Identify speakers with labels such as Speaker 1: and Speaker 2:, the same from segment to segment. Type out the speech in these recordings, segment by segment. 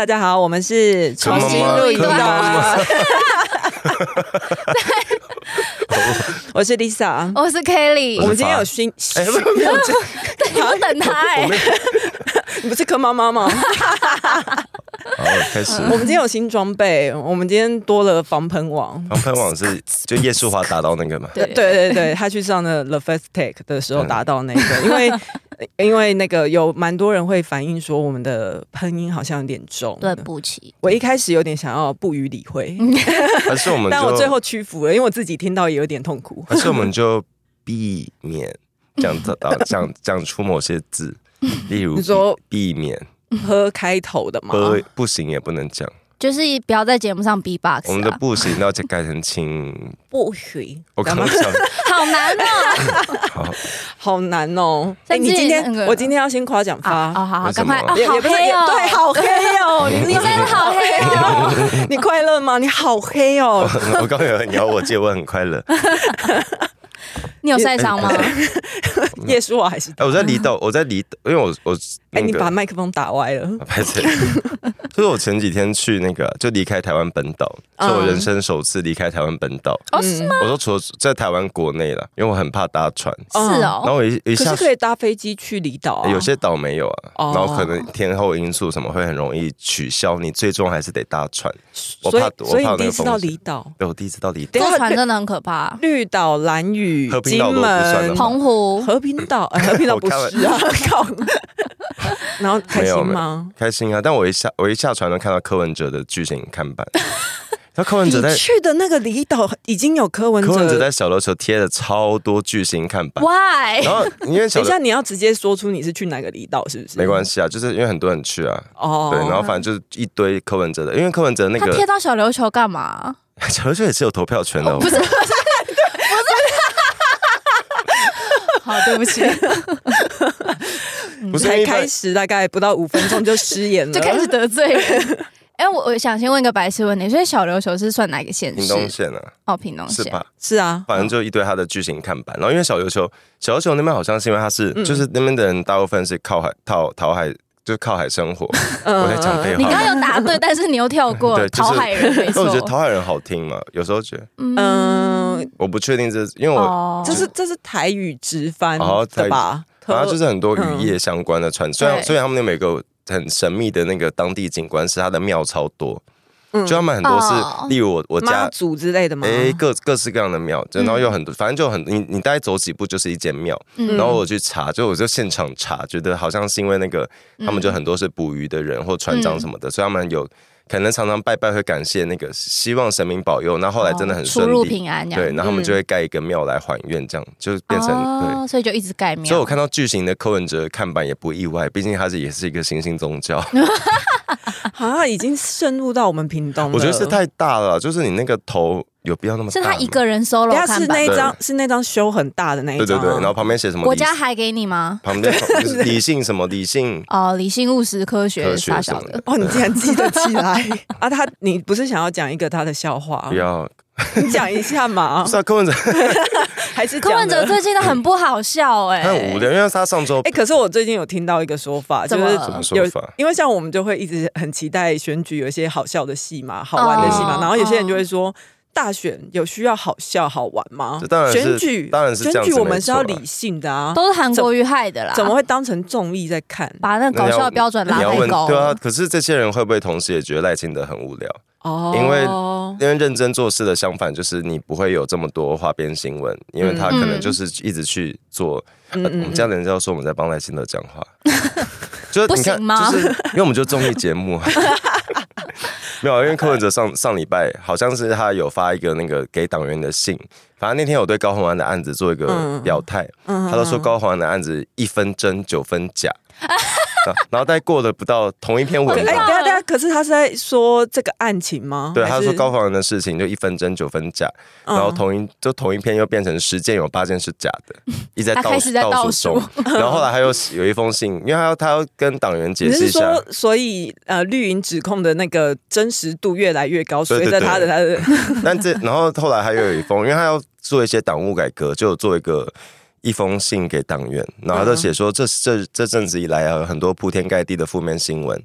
Speaker 1: 大家好，我们是重新录一段。我是 Lisa，
Speaker 2: 我是 Kelly，
Speaker 1: 我们今天有新，
Speaker 2: 没有，你不等他
Speaker 1: 你不是柯妈妈吗？
Speaker 3: 好，开始。
Speaker 1: 我们今天有新装备，我们今天多了防喷网。
Speaker 3: 防喷网是就叶淑华达到那个嘛？
Speaker 1: 对，他去上的 The First Take 的时候达到那个，因为那个有蛮多人会反映说我们的喷音好像有点重，
Speaker 2: 对不起，
Speaker 1: 我一开始有点想要不予理会，
Speaker 3: 还是我们，
Speaker 1: 但我最后屈服了，因为我自己听到也有点痛苦。
Speaker 3: 还是我们就避免讲出某些字，例如
Speaker 1: 你说
Speaker 3: 避免
Speaker 1: 喝开头的吗？
Speaker 3: 不行也不能讲，
Speaker 2: 就是不要在节目上 B-box，
Speaker 3: 我们的不行要改成请
Speaker 1: 不许。
Speaker 3: 我刚刚讲
Speaker 2: 好难哦，
Speaker 1: 好难哦。你我今天要先夸奖发，
Speaker 2: 好，赶快，
Speaker 1: 好黑哦，对，好黑哦，
Speaker 2: 你真的好黑哦，
Speaker 1: 你快乐吗？你好黑哦。
Speaker 3: 我刚刚有你要我借，我很快乐。
Speaker 2: 你有晒伤吗？
Speaker 1: 叶舒华还是？
Speaker 3: 我在离岛，因为我
Speaker 1: 你把麦克风打歪了。
Speaker 3: 拍谁？就是我前几天去那个，就离开台湾本岛，是我人生首次离开台湾本岛。
Speaker 2: 哦，是吗？
Speaker 3: 我说除了在台湾国内啦，因为我很怕搭船。
Speaker 2: 是哦。
Speaker 3: 然后我一下
Speaker 1: 可是可以搭飞机去离岛啊。
Speaker 3: 有些岛没有啊，然后可能天候因素什么会很容易取消，你最终还是得搭船。
Speaker 1: 所以你第一次到离岛？
Speaker 3: 对，我第一次到离岛。
Speaker 2: 坐船真的很可怕。
Speaker 1: 绿岛、兰屿、金门、
Speaker 2: 澎湖、
Speaker 1: 和平岛不是啊，靠。然后开心吗？
Speaker 3: 开心啊！但我一下船就看到柯文哲的巨型看板。那柯文哲在
Speaker 1: 去的那个离岛已经有柯文
Speaker 3: 哲在小琉球贴了超多巨型看板。
Speaker 2: Why？
Speaker 3: 然后因为
Speaker 1: 等一下你要直接说出你是去哪个离岛，是不是？
Speaker 3: 没关系啊，就是因为很多人去啊。哦。对，然后反正就是一堆柯文哲的，因为柯文哲那个
Speaker 2: 他贴到小琉球干嘛？
Speaker 3: 小琉球也是有投票权的。
Speaker 2: 不是。好，对不起。
Speaker 1: 才开始大概不到5分钟就失言了，
Speaker 2: 就开始得罪人。我想先问一个白痴问题，所以小琉球是算哪个县市？
Speaker 3: 屏东县啊。
Speaker 2: 哦，屏东县
Speaker 3: 是吧？
Speaker 1: 是啊，
Speaker 3: 反正就一堆他的巨型看板。然后因为小琉球那边好像是因为它是，就是那边的人大部分是靠海就是靠海生活。我在讲废话。
Speaker 2: 你刚刚有答对，但是你又跳过讨海人，没错。
Speaker 3: 我觉得讨海人好听嘛，有时候觉得，我不确定因为我
Speaker 1: 这是台语直翻的吧？
Speaker 3: 然后就是很多渔业相关的船，虽然他们那边有个很神秘的那个当地景观，是它的庙超多。就他们很多是，例如我家
Speaker 1: 妈祖之类的吗？
Speaker 3: 各式各样的庙，然后有很多，反正就很你大概走几步就是一间庙。然后我去查，我就现场查，觉得好像是因为那个他们就很多是捕鱼的人或船长什么的，所以他们有可能常常拜拜会感谢那个，希望神明保佑。那后来真的很顺利，
Speaker 2: 出入平安，
Speaker 3: 对，然后他们就会盖一个庙来还愿，这样就变成对，
Speaker 2: 所以就一直盖庙。
Speaker 3: 所以我看到巨型的柯文哲看板也不意外，毕竟它也是一个新兴宗教。
Speaker 1: 已经渗入到我们屏东了。
Speaker 3: 我觉得是太大了，就是你那个头有必要那么大？
Speaker 2: 是他一个人 solo 看板，
Speaker 1: 是那张修很大的那一张。
Speaker 3: 对，然后旁边写什么？
Speaker 2: 国家还给你吗？
Speaker 3: 旁边就是理性什么理性
Speaker 2: 理性务实科学啥小的。
Speaker 1: 你竟然记得起来啊？你不是想要讲一个他的笑话？
Speaker 3: 不要。
Speaker 1: 你讲一下嘛。
Speaker 3: 是啊，柯文哲
Speaker 1: 还是
Speaker 2: 柯文哲最近都很不好笑
Speaker 3: 很无聊，因为他上周
Speaker 1: 可是我最近有听到一个说法，就是
Speaker 3: 什么说法？
Speaker 1: 因为像我们就会一直很期待选举有一些好笑的戏嘛，好玩的戏嘛，然后有些人就会说。大选有需要好笑好玩吗？选举
Speaker 3: 当然是这样子，
Speaker 1: 选举我们是要理性的啊，
Speaker 2: 都是韩国瑜害的啦，
Speaker 1: 怎么会当成综艺在看？
Speaker 2: 把那搞笑标准拉太高。
Speaker 3: 对啊，可是这些人会不会同时也觉得赖清德很无聊？因为认真做事的相反，就是你不会有这么多花边新闻，因为他可能就是一直去做。我们这样的人就要说我们在帮赖清德讲话，
Speaker 2: 就是你看，
Speaker 3: 就是因为我们就综艺节目。没有，因为柯文哲上礼拜好像是他有发一个那个给党员的信，反正那天我对高虹安的案子做一个表态，他都说高虹安的案子1分真9分假。然后再过了不到同一篇文章，
Speaker 1: 等一下，可是他是在说这个案情吗？
Speaker 3: 对，他说高虹安的事情就1分真9分假，然后同一篇又变成10件有8件是假的，一直在倒数中。然后后来他又有一封信，因为他要跟党员解释一下，
Speaker 1: 你是说所以绿营指控的那个真实度越来越高，随着他的，
Speaker 3: 但然后后来还有一封，因为他要做一些党务改革，就有做一封信给党员，然后他就写说这阵子以来有很多铺天盖地的负面新闻，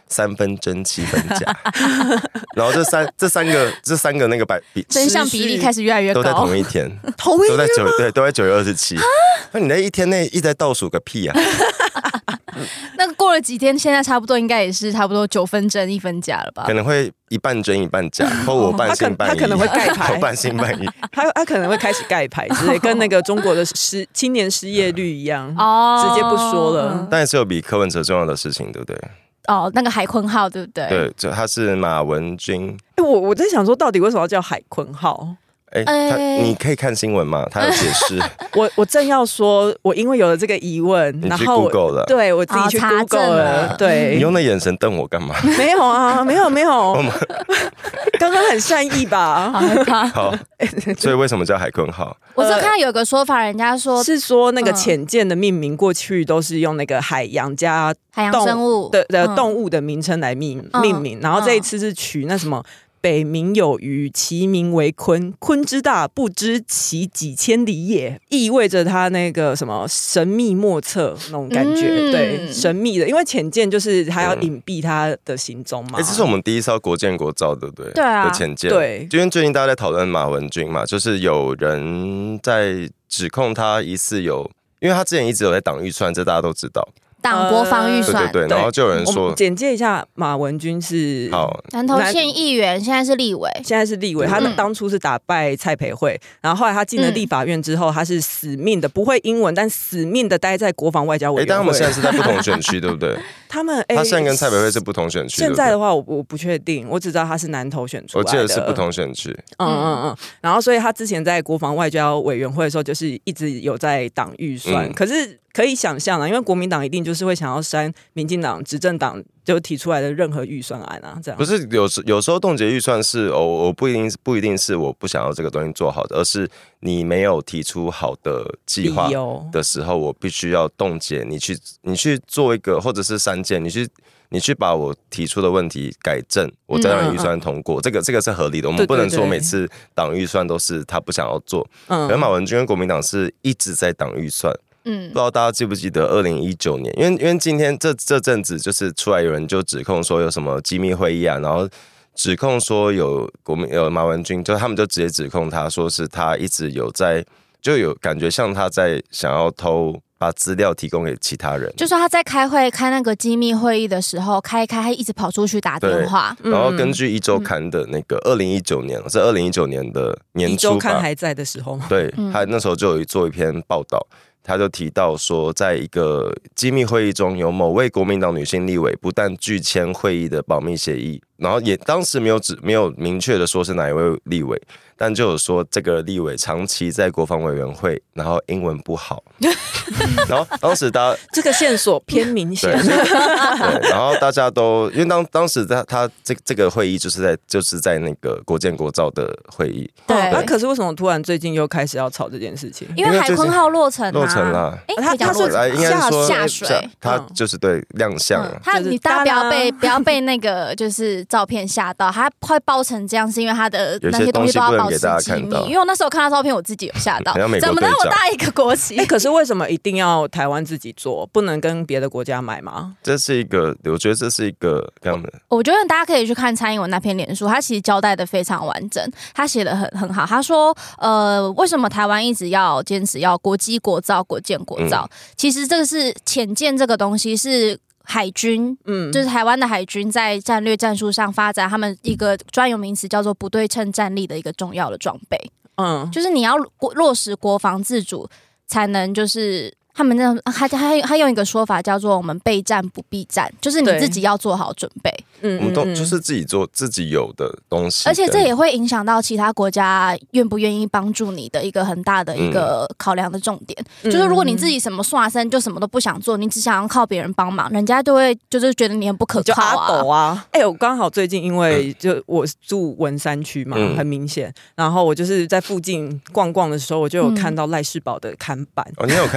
Speaker 3: 3分真7分假，然后这三个那个
Speaker 2: 真相比例开始越来越高，
Speaker 3: 都在同一天，
Speaker 1: 同一天
Speaker 3: 都在9月27。那你在一天内一直在倒数个屁啊！
Speaker 2: 那过了几天，现在差不多应该也是差不多9分真1分假了吧？
Speaker 3: 可能会一半真一半假，或我半信半疑，
Speaker 1: 他可能会盖牌，
Speaker 3: 我半信半疑，
Speaker 1: 他可能会开始盖牌之类，跟那个中国的青年失业率一样，直接不说了。
Speaker 3: 但是有比柯文哲重要的事情，对不对？
Speaker 2: 那个海鲲号，对不对？
Speaker 3: 对，就他是马文君。
Speaker 1: 我在想说，到底为什么要叫海鲲号？
Speaker 3: 你可以看新闻吗？他有解释。
Speaker 1: 我正要说，我因为有了这个疑问，
Speaker 3: 你去 Google 了，
Speaker 1: 对我自己去 Google 了。对，
Speaker 3: 你用那眼神瞪我干嘛？
Speaker 1: 没有啊，没有。刚刚很善意吧？
Speaker 2: 好害怕。
Speaker 3: 好，所以为什么叫海鲲号？
Speaker 2: 我是看到有个说法，人家说
Speaker 1: 是说那个潜舰的命名过去都是用那个海洋加
Speaker 2: 海洋生物
Speaker 1: 的动物的名称来命名，然后这一次是取那什么。北冥有鱼，其名为鲲。鲲之大，不知其几千里也，意味着它那个什么神秘莫测那种感觉，对，神秘的，因为潜舰就是它要隐蔽它的行踪嘛。
Speaker 3: 这是我们第一艘国建国造，对不对？
Speaker 2: 对啊，
Speaker 3: 的潜舰。
Speaker 1: 对，
Speaker 3: 因为最近大家在讨论马文君嘛，就是有人在指控他疑似有，因为他之前一直有在挡预算，这大家都知道。
Speaker 2: 党国防预算，
Speaker 3: 对，然后就有人说，
Speaker 1: 简介一下，马文君是
Speaker 2: 南投县议员，现在是立委，
Speaker 1: 他当初是打败蔡培慧，然后后来他进了立法院之后，他是死命的不会英文，但死命的待在国防外交委员会。
Speaker 3: 但他们现在是在不同选区，对不对？
Speaker 1: 他
Speaker 3: 现在跟蔡培慧是不同选区。
Speaker 1: 现在的话，我不确定，我只知道他是南投选出来的，
Speaker 3: 我记得是不同选区。
Speaker 1: 然后所以他之前在国防外交委员会的时候，就是一直有在挡预算，可是。可以想象啊，因为国民党一定就是会想要删民进党执政党就提出来的任何预算案啊，这样
Speaker 3: 不是有时候冻结预算是我不一定是我不想要这个东西做好的，而是你没有提出好的计划的时候，我必须要冻结你去做一个或者是删减，你去把我提出的问题改正，我再让预算通过，这个是合理的。我们不能说每次挡预算都是他不想要做。而马文君跟国民党是一直在挡预算。不知道大家记不记得2019年，因为今天这阵子就是出来有人就指控说有什么机密会议啊，然后指控说有马文君，就他们就直接指控他说是他一直有在，就有感觉像他在想要把资料提供给其他人，
Speaker 2: 就说他在开那个机密会议的时候，他一直跑出去打电话。
Speaker 3: 然后根据一周刊的那个2019年，是2019年的年初吧，一周
Speaker 1: 刊还在的时候，
Speaker 3: 对，他那时候就有做一篇报道。他就提到说，在一个机密会议中，有某位国民党女性立委不但拒签会议的保密协议，然后也当时没有明确的说是哪一位立委，但就有说这个立委长期在国防委员会，然后英文不好，然后当时大家
Speaker 1: 这个线索偏明显，
Speaker 3: 对，然后大家都因为当时他这个会议就是在那个国建国造的会议，
Speaker 1: 对。那可是为什么突然最近又开始要吵这件事情？
Speaker 2: 因为海鲲号落成
Speaker 3: 了，
Speaker 2: 他
Speaker 3: 说应该是说
Speaker 2: 下水，
Speaker 3: 他就是对亮相了。
Speaker 2: 大家不要被那个就是照片吓到，他会包成这样，是因为他的那些东西都要保持机密。因为我那时候看到照片，我自己有吓到，怎么那么大一个国旗？
Speaker 1: 可是为什么一定要台湾自己做，不能跟别的国家买吗？
Speaker 3: 这是一个，我觉得这是一个这样的。
Speaker 2: 我觉得大家可以去看蔡英文那篇脸书，他其实交代的非常完整，他写的很好。他说，为什么台湾一直要坚持要国机国造、国建国造？其实这个是潜舰这个东西是。海军，就是台湾的海军在战略战术上发展他们一个专有名词叫做不对称战力的一个重要的装备，就是你要落实国防自主，才能就是他们那他用一个说法叫做我们备战不避战，就是你自己要做好准备。
Speaker 3: 我们都就是自己做自己有的东西，
Speaker 2: 而且这也会影响到其他国家愿不愿意帮助你的一个很大的一个考量的重点。就是如果你自己什么刷身就什么都不想做，你只想要靠别人帮忙，人家就会就是觉得你很不可靠啊。
Speaker 1: 就阿斗啊！我刚好最近因为就我住文山区嘛，很明显，然后我就是在附近逛逛的时候，我就有看到赖士葆的看板。
Speaker 3: 你有看到？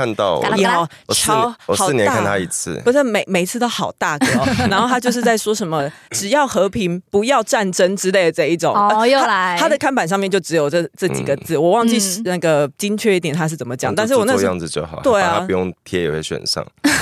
Speaker 3: 我4年看他一次，
Speaker 1: 不是每次都好大个哦。然后他就是在说什么只要和平不要战争之类的这一种
Speaker 2: 又来
Speaker 1: 他的看板上面就只有这几个字，我忘记那个精确一点他是怎么讲，但是我那时候
Speaker 3: 做样子就好，
Speaker 1: 对啊，
Speaker 3: 他不用贴也会选上。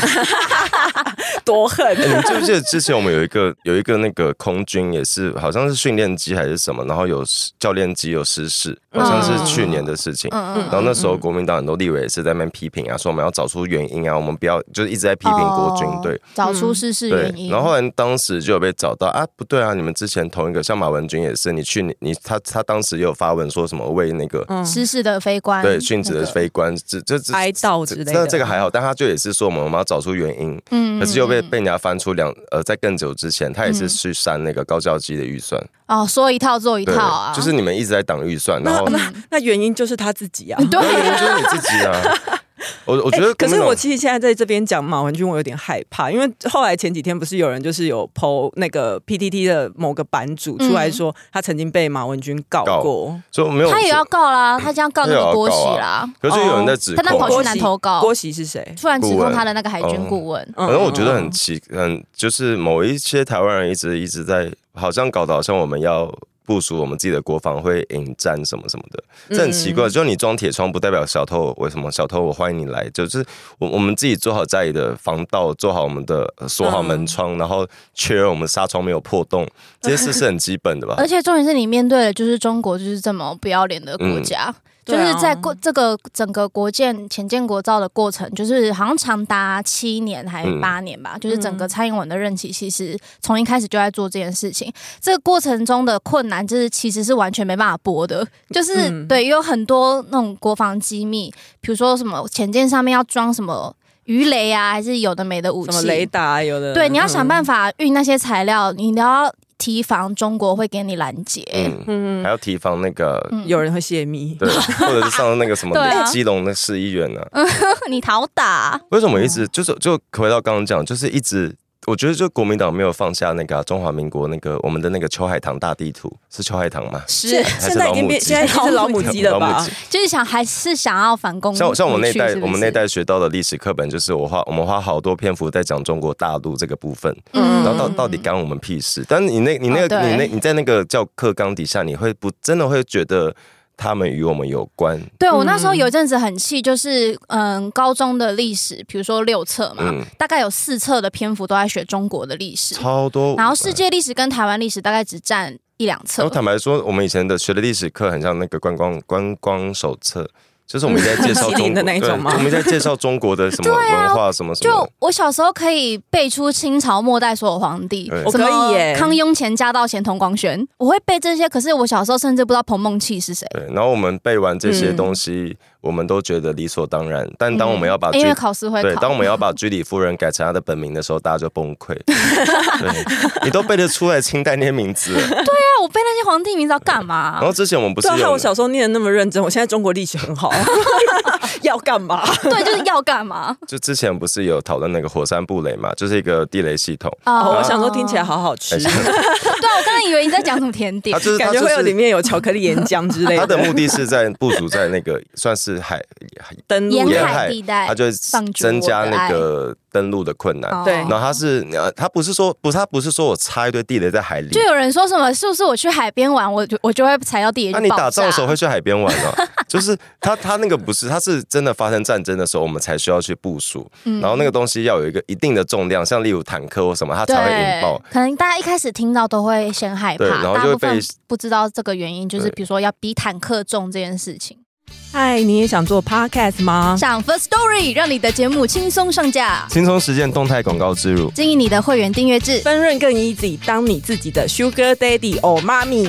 Speaker 1: 多恨！
Speaker 3: 你们记不记得之前我们有一个那个空军也是好像是训练机还是什么，然后有教练机有失事，好像是去年的事情。然后那时候国民党很多立委也是在那边批评啊，说我们要找出原因啊，我们不要就是一直在批评国军队，
Speaker 2: 找出失事原因。
Speaker 3: 然后后来当时就有被找到啊，不对啊，你们之前同一个像马文君也是，他当时也有发文说什么为那个
Speaker 2: 失事的飞官，
Speaker 3: 对殉职的飞官
Speaker 1: 哀悼之类的，
Speaker 3: 这个还好，但他就也是说我们要找出原因，可是又被人家翻出在更久之前，他也是去删那个高教机的预算。
Speaker 2: 说一套做一套啊，
Speaker 3: 就是你们一直在挡预算，然后
Speaker 1: 那原因就是他自己啊，
Speaker 2: 对，
Speaker 3: 原因就是你自己啊。我觉得，
Speaker 1: 可是我其实现在在这边讲马文君，我有点害怕，因为后来前几天不是有人就是有 po 那个 PTT 的某个版主出来说，他曾经被马文君告过，
Speaker 3: 所以没有
Speaker 2: 他也要告啦，他这样告那个郭喜啦。
Speaker 3: 可是有人在指控，
Speaker 2: 他跑去南投告
Speaker 1: 郭喜是谁？
Speaker 2: 突然指控他的那个海军顾问。
Speaker 3: 反正我觉得很就是某一些台湾人一直在，好像搞得好像我们要部署我们自己的国防会引战什么什么的，这很奇怪。就你装铁窗不代表小偷，为什么小偷我欢迎你来？就是我们自己做好家里的防盗，做好我们的锁好门窗，然后确认我们纱窗没有破洞，这些事是很基本的吧？
Speaker 2: 而且重点是你面对的就是中国，就是这么不要脸的国家。就是在这个整个潜建国造的过程，就是好像长达7年还是8年吧，就是整个蔡英文的任期，其实从一开始就在做这件事情。这个过程中的困难，就是其实是完全没办法播的，就是对，有很多那种国防机密，比如说什么潜舰上面要装什么鱼雷啊，还是有的没的武器，
Speaker 1: 什么雷达有的，
Speaker 2: 对，你要想办法运那些材料，你要提防中国会给你拦截，
Speaker 3: 还要提防那个
Speaker 1: 有人会泄密，
Speaker 3: 对，或者是上那个什么基隆的市议员啊，
Speaker 2: 你讨打。
Speaker 3: 为什么一直就回到刚刚讲，就是一直。我觉得就国民党没有放下那个中华民国那个我们的那个秋海棠大地图，是秋海棠吗？
Speaker 1: 是，现在已经是老母鸡了吧？
Speaker 2: 就是还是想要反攻。
Speaker 3: 像我们那代学到的历史课本，就是我们花好多篇幅在讲中国大陆这个部分，然后到底干我们屁事？但是你在那个教课纲底下，你真的会觉得。他们与我们有关。
Speaker 2: 对，我那时候有一阵子很气，就是高中的历史，比如说6册嘛，大概有4册的篇幅都在学中国的历史，
Speaker 3: 超多。
Speaker 2: 然后世界历史跟台湾历史大概只占1-2册。
Speaker 3: 我坦白说，我们以前学的历史课很像那个观光手册。就是我们在介绍中国
Speaker 1: 的那种吗？
Speaker 3: 我们在介绍中国的什么文化什么什么。
Speaker 2: 就我小时候可以背出清朝末代所有皇帝，
Speaker 1: 我可以耶，
Speaker 2: 康雍乾、嘉道乾、同光宣，我会背这些。可是我小时候甚至不知道彭梦契是谁。
Speaker 3: 对，然后我们背完这些东西，我们都觉得理所当然。但当我们要把
Speaker 2: 因为考试会考，
Speaker 3: 对，当我们要把居里夫人改成她的本名的时候，大家就崩溃。对，你都背得出来清代那些名字了。
Speaker 2: 对啊，我背那些皇帝名字要干嘛？
Speaker 3: 然后之前我们不是
Speaker 1: 我小时候念的那么认真，我现在中国历史很好。要干嘛？
Speaker 2: 对，就是要干嘛？
Speaker 3: 就之前不是有讨论那个火山布雷嘛，就是一个地雷系统。
Speaker 1: 我想说听起来好好吃。
Speaker 2: 对，我刚刚以为你在讲什么甜点，
Speaker 1: 感觉会有里面有巧克力岩浆之类的。
Speaker 3: 它的目的是在部署在那个算是
Speaker 1: 登陆
Speaker 2: 沿海地带，
Speaker 3: 它就增加那个登陆的困难。
Speaker 1: 对，
Speaker 3: 然后它不是说我插一堆地雷在海里，
Speaker 2: 就有人说什么是不是我去海边玩，我就会踩到地雷就爆炸。
Speaker 3: 那你打仗的时候会去海边玩哦？就是他那个不是，他是真的发生战争的时候，我们才需要去部署。然后那个东西要有一个一定的重量，像例如坦克或什么，它才会引爆。
Speaker 2: 可能大家一开始听到都会先害怕，
Speaker 3: 然后就会被
Speaker 2: 不知道这个原因，就是比如说要比坦克重这件事情。
Speaker 1: 嗨，你也想做 podcast 吗？
Speaker 2: 上 First Story 让你的节目轻松上架，
Speaker 3: 轻松实践动态广告植入，
Speaker 2: 经营你的会员订阅制，
Speaker 1: 分润更 easy， 当你自己的 Sugar Daddy or Mommy。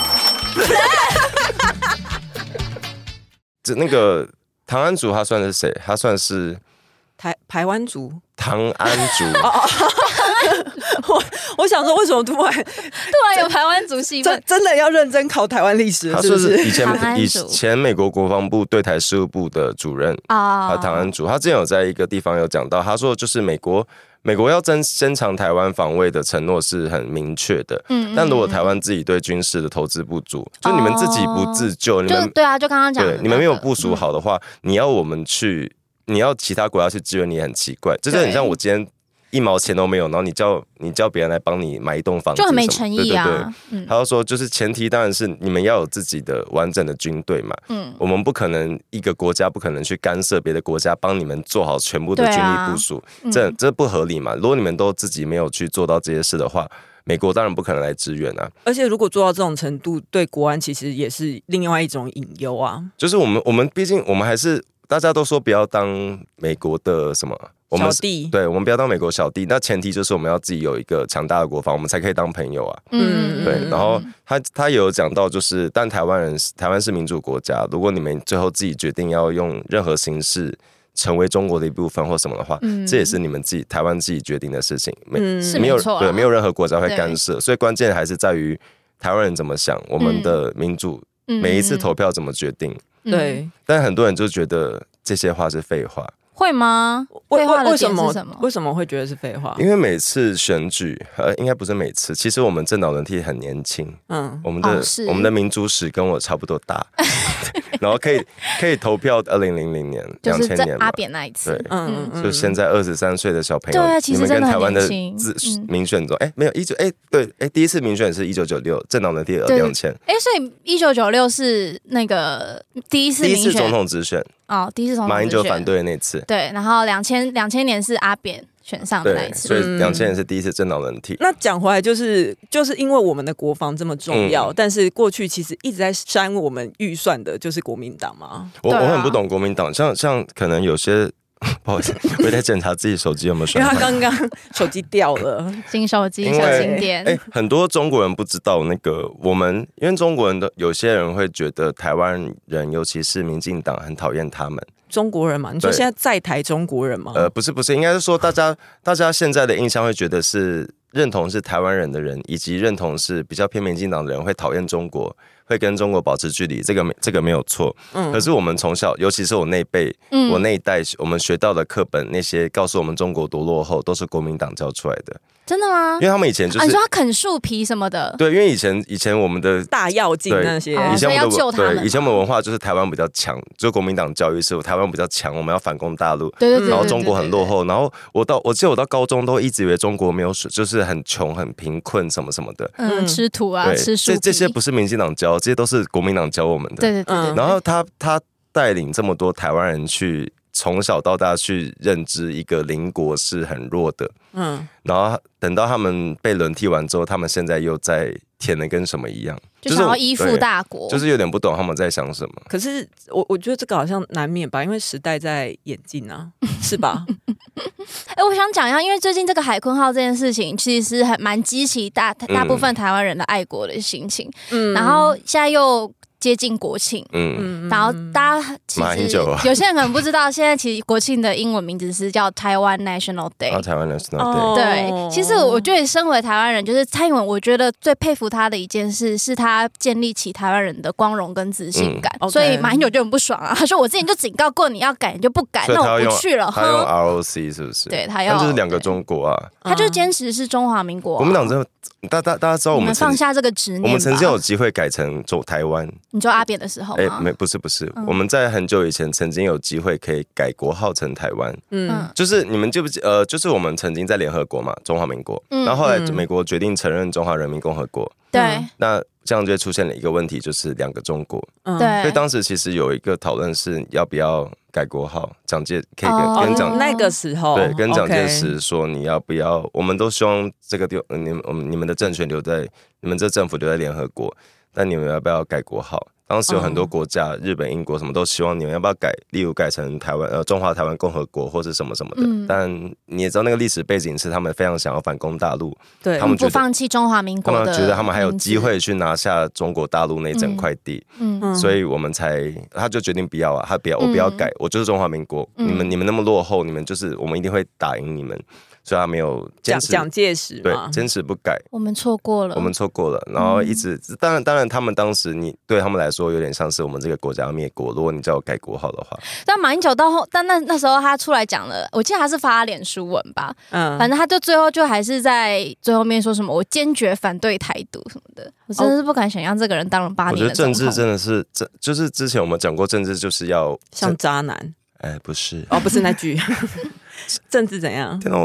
Speaker 3: 那个唐安竹他算是谁？他算是
Speaker 1: 台湾族。
Speaker 3: 唐安竹。
Speaker 1: 我想说，为什么突然
Speaker 2: 有台湾族戏份？
Speaker 1: 真的要认真考台湾历史？
Speaker 3: 他说是以前美国国防部对台事务部的主任啊，唐安竹。他之前有在一个地方有讲到，他说就是美国要增强台湾防卫的承诺是很明确的，但如果台湾自己对军事的投资不足，就你们自己不自救，你们
Speaker 2: 对啊，就刚刚讲，
Speaker 3: 对你们没有部署好的话，你要我们去你要其他国家去支援你很奇怪，就是很像我今天1毛钱都没有，然后你叫别人来帮你买一栋房子，
Speaker 2: 就很没诚意啊。
Speaker 3: 对，他就说就是前提当然是你们要有自己的完整的军队嘛，我们不可能一个国家不可能去干涉别的国家帮你们做好全部的军力部署，这不合理嘛。如果你们都自己没有去做到这些事的话，美国当然不可能来支援啊。
Speaker 1: 而且如果做到这种程度，对国安其实也是另外一种隐忧啊。
Speaker 3: 就是我们毕竟我们还是大家都说不要当美国的什么
Speaker 1: 小弟，
Speaker 3: 对，我们不要当美国小弟，那前提就是我们要自己有一个强大的国防，我们才可以当朋友啊。对。然后他也有讲到，就是但台湾是民主国家，如果你们最后自己决定要用任何形式成为中国的一部分或什么的话，这也是你们自己台湾自己决定的事情，没有任何国家会干涉，所以关键还是在于台湾人怎么想，我们的民主每一次投票怎么决定。
Speaker 1: 对，
Speaker 3: 但很多人就觉得这些话是废话。
Speaker 2: 会吗？废话的点是什么？
Speaker 1: 为什么会觉得是废话？
Speaker 3: 因为每次选举，应该不是每次，其实我们政党轮替很年轻，我们的民主史跟我差不多大，然后可以投票2000年、
Speaker 2: 就是
Speaker 3: 2000年
Speaker 2: 阿扁那一次，
Speaker 3: 对，就现在23岁的小朋友，
Speaker 2: 对，其实真的很年轻。
Speaker 3: 民选中，没有第一次民选是1996，政党轮替2000，
Speaker 2: 所以1996是那个第一次
Speaker 3: 总统直选。
Speaker 2: 第一次总统直选，
Speaker 3: 马英九反对的那次，
Speaker 2: 对，然后2000年是阿扁选上的那一次，
Speaker 3: 所以2000年是第一次政党轮替。
Speaker 1: 那讲回来，就是因为我们的国防这么重要，但是过去其实一直在删我们预算的，就是国民党嘛。
Speaker 3: 我很不懂国民党，像可能有些。不好意思，我在检查自己手机有没有摔坏。
Speaker 1: 因为他刚刚手机掉了，
Speaker 2: 新手机小心点。
Speaker 3: 很多中国人不知道那个我们，因为中国人的有些人会觉得台湾人，尤其是民进党很讨厌他们。
Speaker 1: 中国人嘛？你说现在在台中国人吗？
Speaker 3: 不是，应该是说大家现在的印象会觉得是认同是台湾人的人，以及认同是比较偏民进党的人会讨厌中国，会跟中国保持距离，这个没有错。可是我们从小，尤其是我那辈，我那一代，我们学到的课本那些告诉我们中国多落后，都是国民党教出来的。
Speaker 2: 真的吗？
Speaker 3: 因为他们以前就是，
Speaker 2: 你说他啃树皮什么的，
Speaker 3: 对，因为以前我们的
Speaker 1: 大跃进那些，
Speaker 3: 以前
Speaker 2: 要救他们，
Speaker 3: 以前我们文化就是台湾比较强，就国民党教育是台湾比较强，我们要反攻大陆，
Speaker 2: 对，
Speaker 3: 然后中国很落后，然后我记得我到高中都一直以为中国没有水，就是很穷很贫困什么什么的，
Speaker 2: 吃土啊，吃树皮，
Speaker 3: 这些不是民进党教，这些都是国民党教我们的，
Speaker 2: 对。
Speaker 3: 然后他带领这么多台湾人去。从小到大去认知一个邻国是很弱的，然后等到他们被轮替完之后，他们现在又在舔的跟什么一样，
Speaker 2: 就想要依附大国，
Speaker 3: 就是有点不懂他们在想什么。
Speaker 1: 可是我觉得这个好像难免吧，因为时代在演进啊，是吧？
Speaker 2: 我想讲一下，因为最近这个海鲲号这件事情，其实还蛮激起大部分台湾人的爱国的心情，然后现在又接近国庆，然后大家其实有些人可能不知道，现在其实国庆的英文名字是叫台湾 National Day。
Speaker 3: 台湾 National Day。
Speaker 2: 对，其实我觉得身为台湾人，就是蔡英文，我觉得最佩服他的一件事，是他建立起台湾人的光荣跟自信感。所以马英九就很不爽啊，他说我之前就警告过你要改，你就不改，那我不去了。
Speaker 3: 他用 ROC 是不是？
Speaker 2: 对，他要，
Speaker 3: 就是两个中国啊。
Speaker 2: 他就坚持是中华民国。
Speaker 3: 国民党真的，大家知道我们
Speaker 2: 放下这个执念吧。
Speaker 3: 我们曾经有机会改成台湾。
Speaker 2: 你说阿扁的时候吗？
Speaker 3: 不是，我们在很久以前曾经有机会可以改国号成台湾。就是你们记不记？就是我们曾经在联合国嘛，中华民国。然后后来美国决定承认中华人民共和国。
Speaker 2: 对。
Speaker 3: 那这样就会出现了一个问题，就是两个中国。
Speaker 2: 对。
Speaker 3: 所以当时其实有一个讨论是要不要改国号，蒋介可以跟蒋
Speaker 1: 那个时候
Speaker 3: 对跟蒋介石说你要不要？我们都希望这个你们的政权留在你们这政府留在联合国，但你们要不要改国号？当时有很多国家，日本、英国什么都希望你们要不要改，例如改成中华台湾共和国或是什么什么的。但你也知道那个历史背景是他们非常想要反攻大陆，
Speaker 2: 对，他们不放弃中华民国的，
Speaker 3: 他们觉得他们还有机会去拿下中国大陆那整块地，所以我们他就决定不要啊，我不要改，我就是中华民国，你们那么落后，你们就是我们一定会打赢你们。所以他没有坚持
Speaker 1: 蒋介石
Speaker 3: 对坚持不改，
Speaker 2: 我们错过了，
Speaker 3: 然后一直当然他们当时对他们来说有点像是我们这个国家要灭国，如果你叫我改国号的话。
Speaker 2: 但马英九到后，但那时候他出来讲了，我记得他是发脸书文吧，反正他就最后就还是在最后面说什么我坚决反对台独什么的，我真的是不敢想象这个人当了8年的总统。
Speaker 3: 我觉得政治真的是就是之前我们讲过，政治就是要
Speaker 1: 像渣男。
Speaker 3: 不是
Speaker 1: 不是那句。政治怎样？
Speaker 3: 天哪，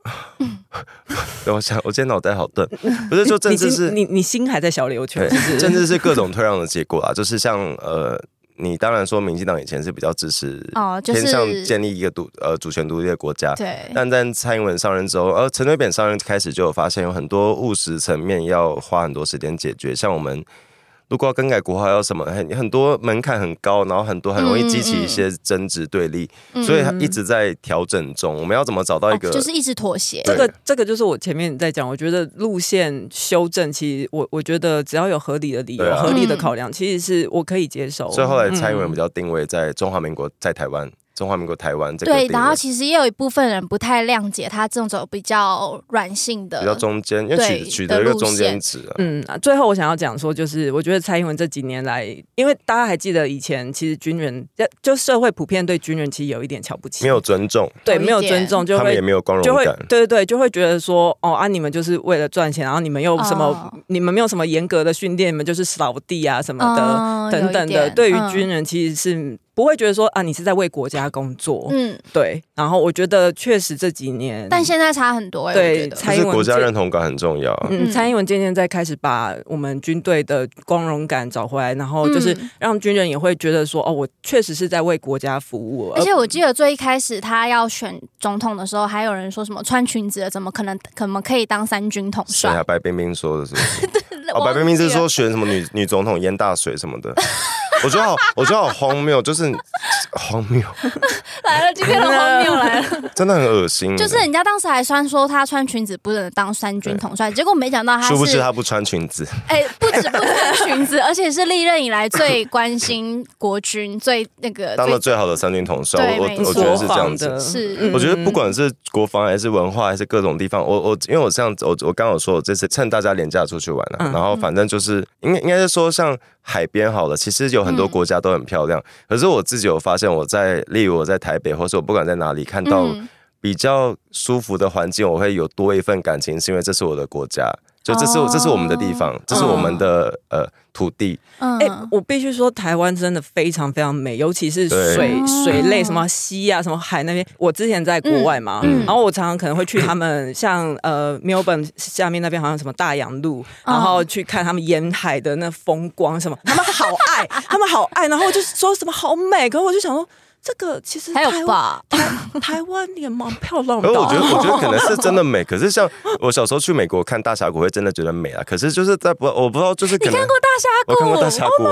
Speaker 3: 我今天脑袋好钝。不是，就政治是
Speaker 1: 你心还在小琉球，
Speaker 3: 政治是各种退让的结果啊。就是像你当然说民进党以前是比较支持偏向建立一个主权独立的国家，
Speaker 2: 对。
Speaker 3: 但在蔡英文上任之后，陈水扁上任开始就有发现有很多务实层面要花很多时间解决，像我们。如果要更改国号要什么很多门槛很高，然后很容易激起一些争执对立，所以他一直在调整中。我们要怎么找到一个
Speaker 2: 就是一直妥协？
Speaker 1: 这个就是我前面在讲，我觉得路线修正，其实我觉得只要有合理的理由、合理的考量，其实是我可以接受。
Speaker 3: 所以后来蔡英文比较定位在中华民国，在台湾。中华民国台湾这个
Speaker 2: 对，然后其实也有一部分人不太谅解他这种比较软性的、
Speaker 3: 比较中间，因为取得一个中间值。
Speaker 1: 最后我想要讲说，就是我觉得蔡英文这几年来，因为大家还记得以前其实军人就社会普遍对军人其实有一点瞧不起，
Speaker 3: 没有尊重，
Speaker 1: 对，没有尊重，就会
Speaker 3: 他们也没有光荣感，
Speaker 1: 对，就会觉得说你们就是为了赚钱，然后你们又什么，你们没有什么严格的训练，你们就是扫地啊什么的等等的，对于军人其实是。不会觉得说你是在为国家工作，对。然后我觉得确实这几年，
Speaker 2: 但现在差很多
Speaker 1: 对，
Speaker 3: 蔡英文国家认同感很重要。
Speaker 1: 蔡英文渐渐在开始把我们军队的光荣感找回来，然后就是让军人也会觉得说，我确实是在为国家服务。
Speaker 2: 而且我记得最一开始他要选总统的时候，还有人说什么穿裙子的怎么可以当三军统帅？
Speaker 3: 对啊，白冰冰说的是白冰冰是说选什么女总统淹大水什么的。我觉得好荒谬，就是荒谬
Speaker 2: 来了，今天的荒谬来了，
Speaker 3: 真的很恶心。
Speaker 2: 就是人家当时还说他穿裙子不能当三军统帅，结果没想到
Speaker 3: 殊不知他不穿裙子。
Speaker 2: 不止不穿裙子，而且是历任以来最关心国军、最
Speaker 3: 当的最好的三军统帅。我觉得是这样子。
Speaker 2: 是，
Speaker 3: 我觉得不管是国防还是文化还是各种地方，因为我这样子，我刚刚有说，我这次趁大家连假出去玩了，然后反正就是应该是说像海边好了，其实有很多国家都很漂亮，可是我自己有发现，例如我在台北，或是我不管在哪里看到比较舒服的环境，我会有多一份感情，是因为这是我的国家，就这是我们的地方，这是我们的土地。
Speaker 1: 我必须说，台湾真的非常非常美，尤其是水类，什么溪啊，什么海那边。我之前在国外嘛，然后我常常可能会去他们像Melbourne 下面那边好像什么大洋路，然后去看他们沿海的那风光什么，他们好爱，然后我就说什么好美，可是我就想说。这个其实
Speaker 2: 还有吧，
Speaker 1: 台湾也蛮漂亮的。
Speaker 3: 我觉得可能是真的美，可是像我小时候去美国看大峡谷，会真的觉得美啊。可是就是我不知道，就是可能
Speaker 2: 你看过大峡谷？
Speaker 3: 我看过大峡谷。
Speaker 1: Oh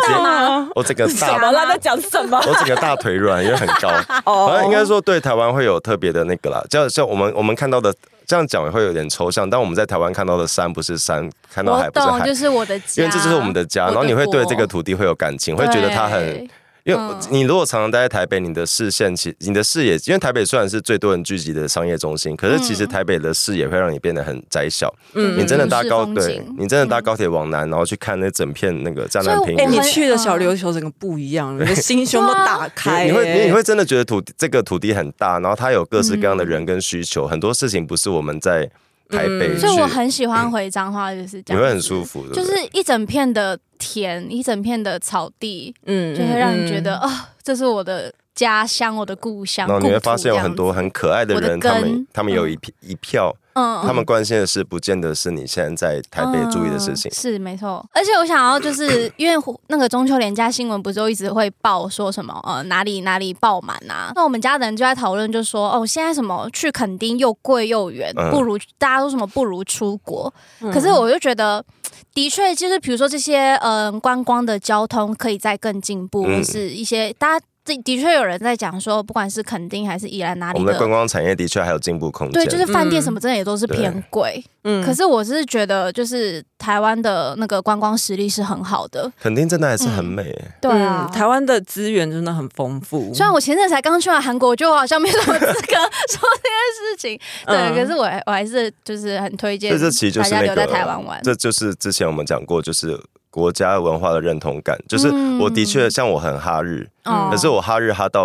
Speaker 1: my god！
Speaker 3: 我整个
Speaker 1: 大在讲什么？
Speaker 3: 我整个大腿软，因为很高。反正应该说对台湾会有特别的那个啦，像我们看到的。这样讲会有点抽象，但我们在台湾看到的山不是山，看到海不是海，
Speaker 2: 就是我的家，
Speaker 3: 因为这就是我们的家。然后你会对这个土地会有感情，会觉得它很。因为你如果常常待在台北，你的视线你的视野，因为台北虽然是最多人聚集的商业中心，可是其实台北的视野会让你变得很窄小。你真的搭高铁往南，然后去看那整片那个湛蓝平原。
Speaker 1: 你去的小琉球整个不一样，你的心胸都打开。你
Speaker 3: 会真的觉得这个土地很大，然后它有各式各样的人跟需求，很多事情不是我们在台北。
Speaker 2: 所以我很喜欢回彰化，就是这样，
Speaker 3: 你会很舒服，
Speaker 2: 就是一整片的田，一整片的草地，就会让你觉得这是我的家乡，我的故乡。
Speaker 3: 然后你会发现有很多很可爱的人，他们有一票。他们关心的是，不见得是你现在在台北注意的事情。
Speaker 2: 是没错，而且我想要就是因为那个中秋连假新闻不是都一直会报说什么哪里爆满啊？那我们家的人就在讨论，就说现在什么去垦丁又贵又远，不如大家说什么不如出国。可是我就觉得，的确就是比如说这些观光的交通可以再更进步，或是一些大家。的确有人在讲说，不管是垦丁还是宜兰哪里的，
Speaker 3: 我们的观光产业的确还有进步空间。
Speaker 2: 对，就是饭店什么真的也都是偏贵。可是我是觉得，就是台湾的那个观光实力是很好的，
Speaker 3: 垦丁真的还是很美。
Speaker 2: 对啊，
Speaker 1: 台湾的资源真的很丰富。
Speaker 2: 虽然我前阵才刚去完韩国，就好像没什么资格说这件事情。对，可是我还是就是很推荐大家留在台湾玩。
Speaker 3: 这就是之前我们讲过，就是国家文化的认同感，就是我的确像我很哈日，可是我哈日哈到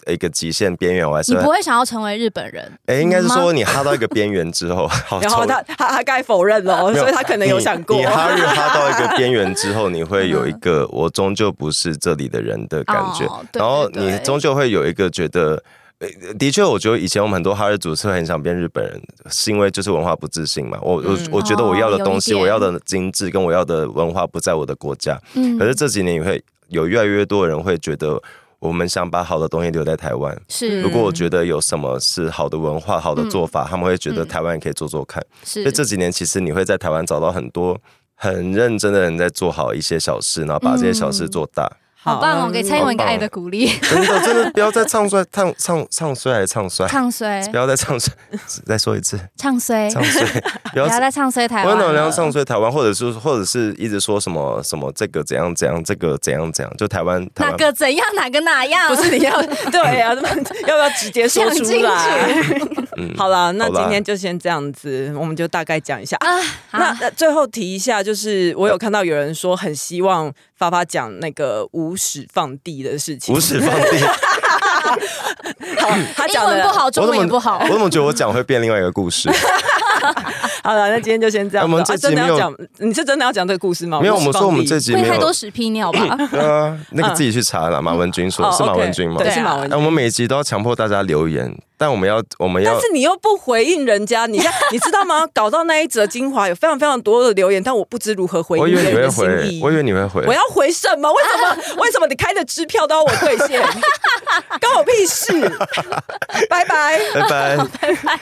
Speaker 3: 一个极限边缘，我还是
Speaker 2: 你不会想要成为日本人？
Speaker 3: 应该是说你哈到一个边缘之后，
Speaker 1: 然后他该否认了，所以他可能有想过。
Speaker 3: 你哈日哈到一个边缘之后，你会有一个我终究不是这里的人的感觉，然后你终究会有一个觉得。的确，我觉得以前我们很多哈日族是很想变日本人，是因为就是文化不自信嘛。我觉得我要的东西，我要的精致跟我要的文化不在我的国家。可是这几年也会有越来越多人会觉得，我们想把好的东西留在台湾。
Speaker 2: 是，
Speaker 3: 如果我觉得有什么是好的文化、好的做法，他们会觉得台湾也可以做做看。所以这几年其实你会在台湾找到很多很认真的人在做好一些小事，然后把这些小事做大。
Speaker 2: 好棒哦！给蔡英文一个爱的鼓励。
Speaker 3: 真的不要再唱衰，唱衰还是唱衰？
Speaker 2: 唱衰，
Speaker 3: 不要再唱衰。再说一次，
Speaker 2: 唱衰，不要再唱衰台湾。
Speaker 3: 温暖良唱衰台湾，或者是一直说什么这个怎样怎样，这个怎样怎样，就台湾
Speaker 2: 哪个怎样，哪个哪样？
Speaker 1: 不是你要对啊，要不要直接说出来？好了，那今天就先这样子，我们就大概讲一下。那最后提一下，就是我有看到有人说很希望发发讲那个无始放地的事情。
Speaker 3: 无始放地。
Speaker 1: 好，他讲的
Speaker 2: 英文不好，中文也不好。
Speaker 3: 我怎么觉得我讲会变另外一个故事？
Speaker 1: 好了，那今天就先这样。
Speaker 3: 我们这集没有
Speaker 1: 讲，你是真的要讲这个故事吗？
Speaker 3: 没有，我们说我们这集没有。
Speaker 2: 会太多屎屁尿吧？
Speaker 3: 那个自己去查了。马文君说是马文君吗？
Speaker 1: 对，是马文君。
Speaker 3: 我们每集都要强迫大家留言。但我们要，
Speaker 1: 但是你又不回应人家，你知道吗？搞到那一则精华有非常非常多的留言，但我不知如何回应人的心意。
Speaker 3: 我以为你会回，
Speaker 1: 我要回什么？为什么你开的支票都要我兑现？关我屁事！拜拜，
Speaker 3: 拜拜，
Speaker 2: 拜拜。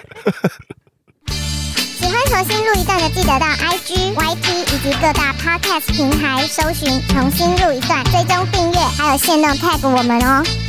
Speaker 4: 喜欢重新录一段的，记得到 IG、YT 以及各大 Podcast 平台搜寻重新录一段，追踪订阅，还有限定 tag 我们哦。